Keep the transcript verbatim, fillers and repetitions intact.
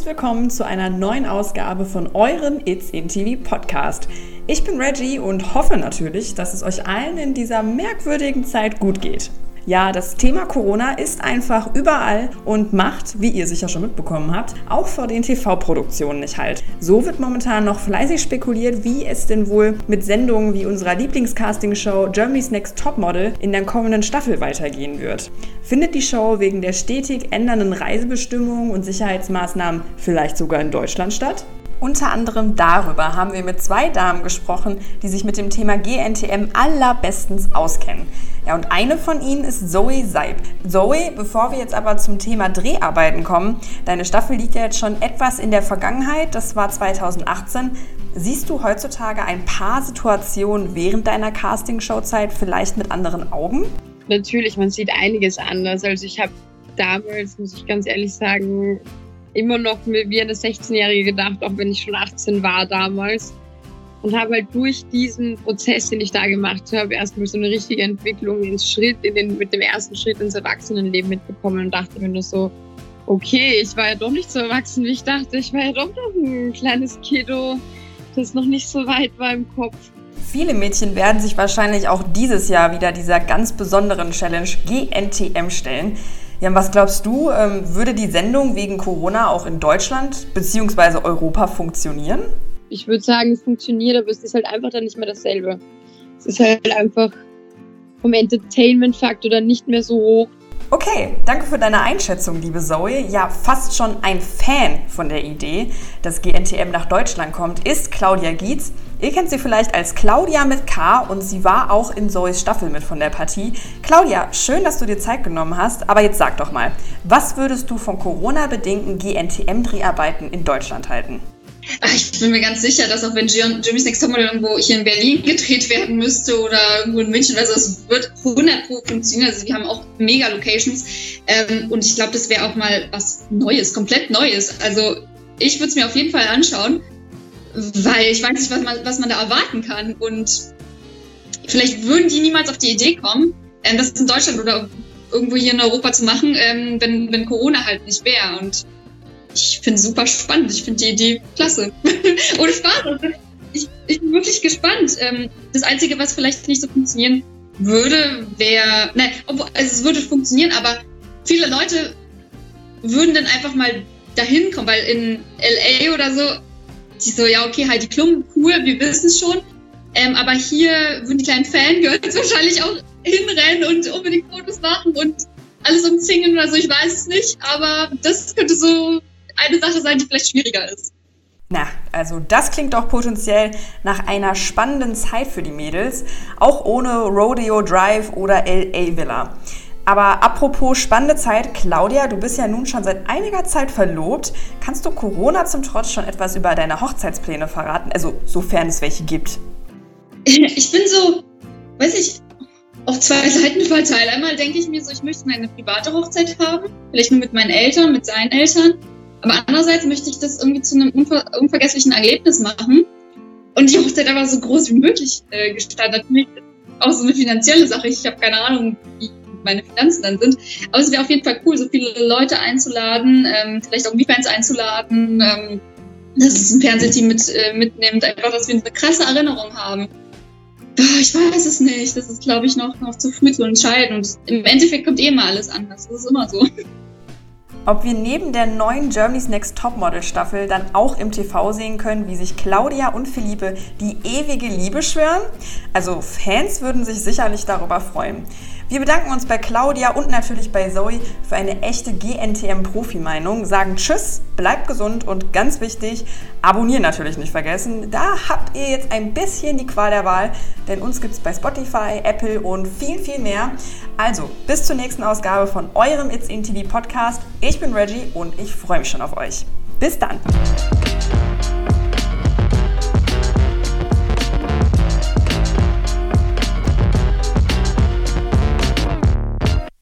willkommen zu einer neuen Ausgabe von eurem It's in T V Podcast. Ich bin Reggie und hoffe natürlich, dass es euch allen in dieser merkwürdigen Zeit gut geht. Ja, das Thema Corona ist einfach überall und macht, wie ihr sicher schon mitbekommen habt, auch vor den T V-Produktionen nicht halt. So wird momentan noch fleißig spekuliert, wie es denn wohl mit Sendungen wie unserer Lieblingscastingshow Germany's Next Topmodel in der kommenden Staffel weitergehen wird. Findet die Show wegen der stetig ändernden Reisebestimmungen und Sicherheitsmaßnahmen vielleicht sogar in Deutschland statt? Unter anderem darüber haben wir mit zwei Damen gesprochen, die sich mit dem Thema G N T M allerbestens auskennen. Ja, und eine von ihnen ist Zoe Seib. Zoe, bevor wir jetzt aber zum Thema Dreharbeiten kommen, deine Staffel liegt ja jetzt schon etwas in der Vergangenheit, das war zweitausendachtzehn. Siehst du heutzutage ein paar Situationen während deiner Castingshow-Zeit vielleicht mit anderen Augen? Natürlich, man sieht einiges anders. Also ich habe damals, muss ich ganz ehrlich sagen, immer noch wie eine sechzehnjährige gedacht, auch wenn ich schon achtzehn war damals. Und habe halt durch diesen Prozess, den ich da gemacht habe, erstmal so eine richtige Entwicklung ins Schritt, in den, mit dem ersten Schritt ins Erwachsenenleben mitbekommen und dachte mir nur so, okay, ich war ja doch nicht so erwachsen, wie ich dachte. Ich war ja doch noch ein kleines Kiddo, das noch nicht so weit war im Kopf. Viele Mädchen werden sich wahrscheinlich auch dieses Jahr wieder dieser ganz besonderen Challenge G N T M stellen. Ja, was glaubst du, ähm, würde die Sendung wegen Corona auch in Deutschland bzw. Europa funktionieren? Ich würde sagen, es funktioniert, aber es ist halt einfach dann nicht mehr dasselbe. Es ist halt einfach vom Entertainment-Faktor dann nicht mehr so hoch. Okay, danke für deine Einschätzung, liebe Zoe. Ja, fast schon ein Fan von der Idee, dass G N T M nach Deutschland kommt, ist Claudia Gietz. Ihr kennt sie vielleicht als Claudia mit K und sie war auch in Zoes Staffel mit von der Partie. Claudia, schön, dass du dir Zeit genommen hast, aber jetzt sag doch mal, was würdest du von Corona-bedingten G N T M-Dreharbeiten in Deutschland halten? Ach, ich bin mir ganz sicher, dass auch wenn Germany's Next Topmodel irgendwo hier in Berlin gedreht werden müsste oder irgendwo in München, also es wird hundert Pro funktionieren. Also wir haben auch mega Locations ähm, und ich glaube, das wäre auch mal was Neues, komplett Neues. Also ich würde es mir auf jeden Fall anschauen, weil ich weiß nicht, was man, was man da erwarten kann und vielleicht würden die niemals auf die Idee kommen, ähm, das in Deutschland oder irgendwo hier in Europa zu machen, ähm, wenn, wenn Corona halt nicht wäre. Und ich finde es super spannend. Ich finde die Idee klasse. Ohne Spaß. Also ich, ich bin wirklich gespannt. Ähm, das Einzige, was vielleicht nicht so funktionieren würde, wäre... Nein, obwohl, also es würde funktionieren, aber viele Leute würden dann einfach mal dahin kommen, weil in L A oder so, die so, ja okay, halt die Klum, cool, wir wissen es schon. Ähm, aber hier würden die kleinen Fangirls wahrscheinlich auch hinrennen und unbedingt Fotos machen und alles umzingeln oder so. Ich weiß es nicht, aber das könnte so eine Sache sein, die vielleicht schwieriger ist. Na, also das klingt doch potenziell nach einer spannenden Zeit für die Mädels, auch ohne Rodeo Drive oder L A Villa. Aber apropos spannende Zeit, Claudia, du bist ja nun schon seit einiger Zeit verlobt. Kannst du Corona zum Trotz schon etwas über deine Hochzeitspläne verraten? Also sofern es welche gibt. Ich bin so, weiß ich, auf zwei Seiten verteilt. Einmal denke ich mir so, ich möchte eine private Hochzeit haben, vielleicht nur mit meinen Eltern, mit seinen Eltern. Aber andererseits möchte ich das irgendwie zu einem unver- unvergesslichen Erlebnis machen und die Hochzeit aber so groß wie möglich äh, gestalten. Natürlich auch so eine finanzielle Sache. Ich habe keine Ahnung, wie meine Finanzen dann sind. Aber es wäre auf jeden Fall cool, so viele Leute einzuladen, ähm, vielleicht auch Fans einzuladen, ähm, dass es ein Fernsehteam mit, äh, mitnimmt, einfach, dass wir eine krasse Erinnerung haben. Ich weiß es nicht. Das ist, glaube ich, noch, noch zu früh zu entscheiden. Und im Endeffekt kommt eh immer alles anders. Das ist immer so. Ob wir neben der neuen Germany's Next Topmodel Staffel dann auch im T V sehen können, wie sich Claudia und Philippe die ewige Liebe schwören? Also Fans würden sich sicherlich darüber freuen. Wir bedanken uns bei Claudia und natürlich bei Zoe für eine echte G N T M-Profi-Meinung, sagen Tschüss, bleibt gesund und ganz wichtig, abonnieren natürlich nicht vergessen. Da habt ihr jetzt ein bisschen die Qual der Wahl, denn uns gibt's bei Spotify, Apple und viel, viel mehr. Also, bis zur nächsten Ausgabe von eurem It's in T V Podcast. Ich bin Reggie und ich freue mich schon auf euch. Bis dann!